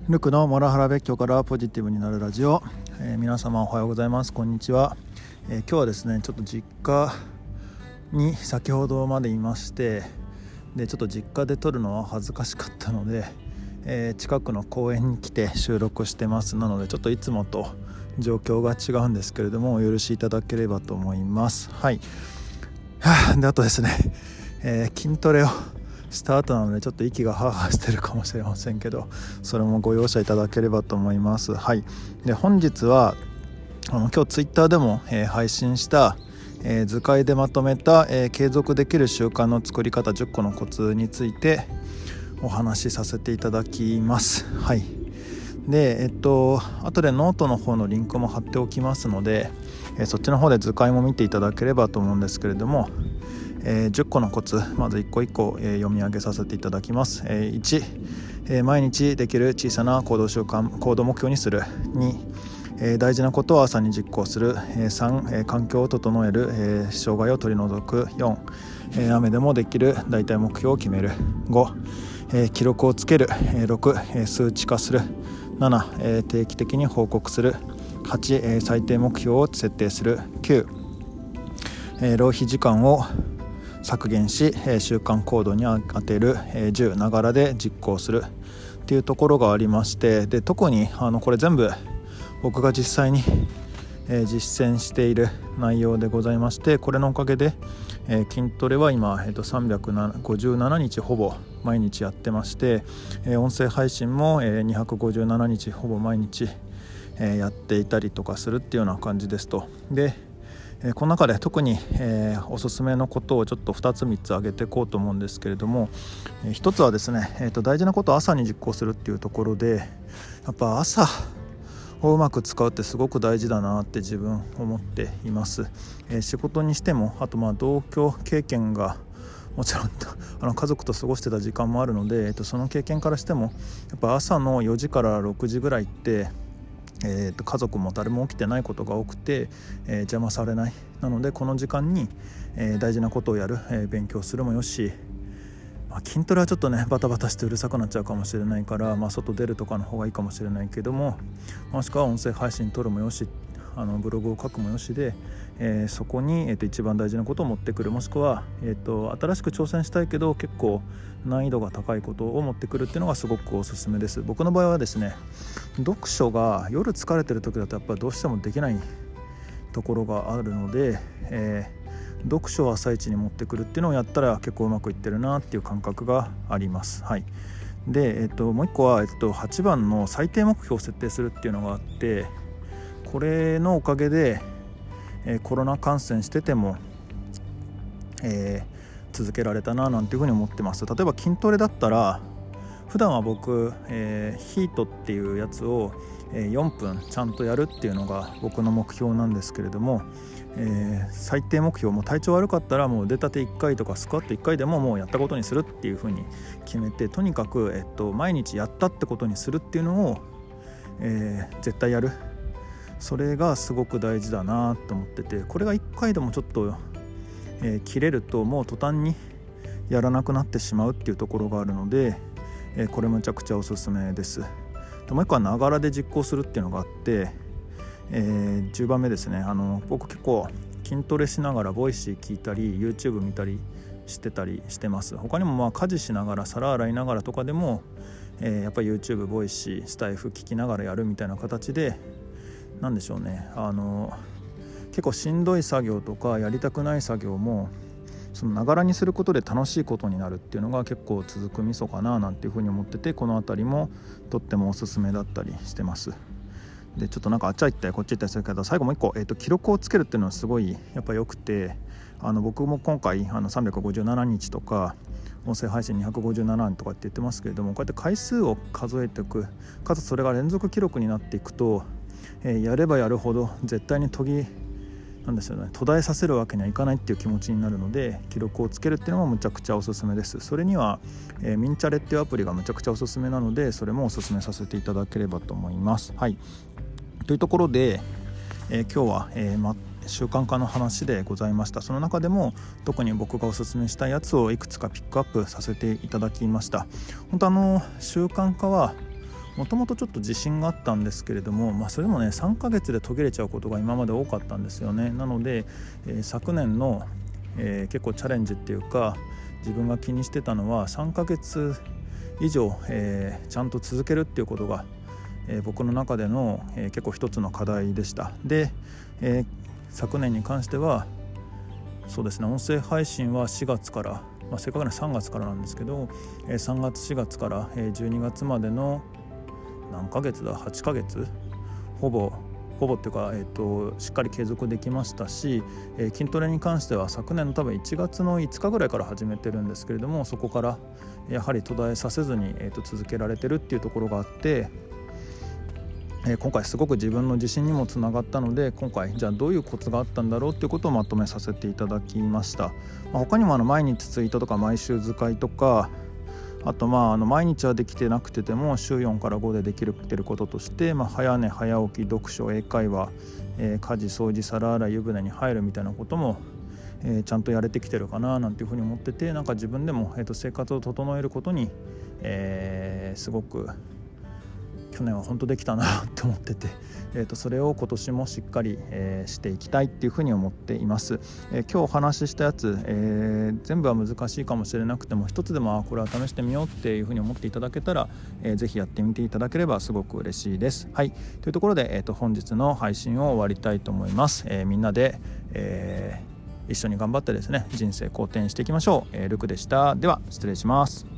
ルクのモラハラ別居からポジティブになるラジオ、皆様おはようございます。こんにちは。今日はですねちょっと実家に先ほどまでいまして、でちょっと実家で撮るのは恥ずかしかったので、近くの公園に来て収録してます。なのでちょっといつもと状況が違うんですけれどもお許しいただければと思います。はい。であとですね、筋トレをスタートなのでちょっと息がハーハーしてるかもしれませんけど、それもご容赦いただければと思います。はい。で本日は今日ツイッターでも、配信した、図解でまとめた、継続できる習慣の作り方10個のコツについてお話しさせていただきます。はい。で後でノートの方のリンクも貼っておきますので、そっちの方で図解も見ていただければと思うんですけれども、10個のコツ、まず1個1個、読み上げさせていただきます。1、毎日できる小さな行動目標にする。2、大事なことを朝に実行する。3、環境を整える、障害を取り除く。4、雨でもできる大体目標を決める。5、記録をつける。6、数値化する。7、定期的に報告する。8、最低目標を設定する。9、浪費時間を削減し、習慣行動に当てる。10、ながらで実行するっていうところがありまして、で特にこれ全部僕が実際に、実践している内容でございまして、これのおかげで、筋トレは今、357日ほぼ毎日やってまして、音声配信も、257日ほぼ毎日、やっていたりとかするっていうような感じですと。でこの中で特に、おすすめのことをちょっと2つ3つ挙げていこうと思うんですけれども、1つはですね、大事なことを朝に実行するっていうところで、やっぱ朝をうまく使うってすごく大事だなって自分思っています。仕事にしても、あと同居経験がもちろん家族と過ごしてた時間もあるので、その経験からしてもやっぱ朝の4時から6時ぐらいって家族も誰も起きてないことが多くて、邪魔されない。なのでこの時間に、大事なことをやる、勉強するもよし、筋トレはちょっとねバタバタしてうるさくなっちゃうかもしれないから、外出るとかの方がいいかもしれないけども、もしくは音声配信撮るもよし、ブログを書くもよしで、そこに、一番大事なことを持ってくる、もしくは、新しく挑戦したいけど結構難易度が高いことを持ってくるっていうのがすごくおすすめです。僕の場合はですね、読書が夜疲れてる時だとやっぱりどうしてもできないところがあるので、読書を朝一に持ってくるっていうのをやったら結構うまくいってるなっていう感覚があります。はい。で、もう一個は、8番の最低目標を設定するっていうのがあって、これのおかげで、コロナ感染してても、続けられたななんていうふうに思ってます。例えば筋トレだったら普段は僕、ヒートっていうやつを、4分ちゃんとやるっていうのが僕の目標なんですけれども、最低目標も体調悪かったらもう腕立て1回とかスクワット1回でももうやったことにするっていうふうに決めて、とにかく、毎日やったってことにするっていうのを、絶対やる。それがすごく大事だなと思ってて、これが1回でもちょっと、切れるともう途端にやらなくなってしまうっていうところがあるので、これむちゃくちゃおすすめです。でもう一個はながらで実行するっていうのがあって、10番目ですね。僕結構筋トレしながらボイシー聞いたり YouTube 見たりしてたりしてます。他にも家事しながら皿洗いながらとかでも、やっぱり YouTube ボイシースタイフ聞きながらやるみたいな形で、なんでしょうね、結構しんどい作業とかやりたくない作業もそのながらにすることで楽しいことになるっていうのが結構続くミソかななんていうふうに思ってて、このあたりもとってもおすすめだったりしてます。でちょっとあっち行ったりこっち行ったりするけど、最後もう一個、記録をつけるっていうのはすごいやっぱ良くて、僕も今回357日とか音声配信257とかって言ってますけれども、こうやって回数を数えていく、かつそれが連続記録になっていくと、やればやるほど絶対に途絶えさせるわけにはいかないっていう気持ちになるので、記録をつけるっていうのもむちゃくちゃおすすめです。それには、ミンチャレっていうアプリがむちゃくちゃおすすめなので、それもおすすめさせていただければと思います。はい。というところで、今日は、習慣化の話でございました。その中でも特に僕がおすすめしたやつをいくつかピックアップさせていただきました。本当習慣化はもともとちょっと自信があったんですけれども、それでもね3ヶ月で途切れちゃうことが今まで多かったんですよね。なので、昨年の、結構チャレンジっていうか自分が気にしてたのは3ヶ月以上、ちゃんと続けるっていうことが、僕の中での、結構一つの課題でした。で、昨年に関してはそうですね、音声配信は4月から、正確には3月からなんですけど、3月4月から12月までの何ヶ月だ8ヶ月ほぼっていうか、しっかり継続できましたし、筋トレに関しては昨年の多分1月の5日ぐらいから始めてるんですけれども、そこからやはり途絶えさせずに、続けられてるっていうところがあって、今回すごく自分の自信にもつながったので、今回じゃあどういうコツがあったんだろうっていうことをまとめさせていただきました。他にも毎日ツイートとか毎週使いとか、あと毎日はできてなくても週4から5でできることとして、早寝早起き、読書、英会話、家事掃除、皿洗い、湯船に入るみたいなことも、ちゃんとやれてきてるかななんていうふうに思ってて、なんか自分でも、生活を整えることに、すごく去年は本当できたなって思ってて、それを今年もしっかり、していきたいっていうふうに思っています。今日お話ししたやつ、全部は難しいかもしれなくても一つでもこれは試してみようっていうふうに思っていただけたら、ぜひやってみていただければすごく嬉しいです。はい、というところで、本日の配信を終わりたいと思います。みんなで、一緒に頑張ってですね、人生好転していきましょう。ルクでした。では失礼します。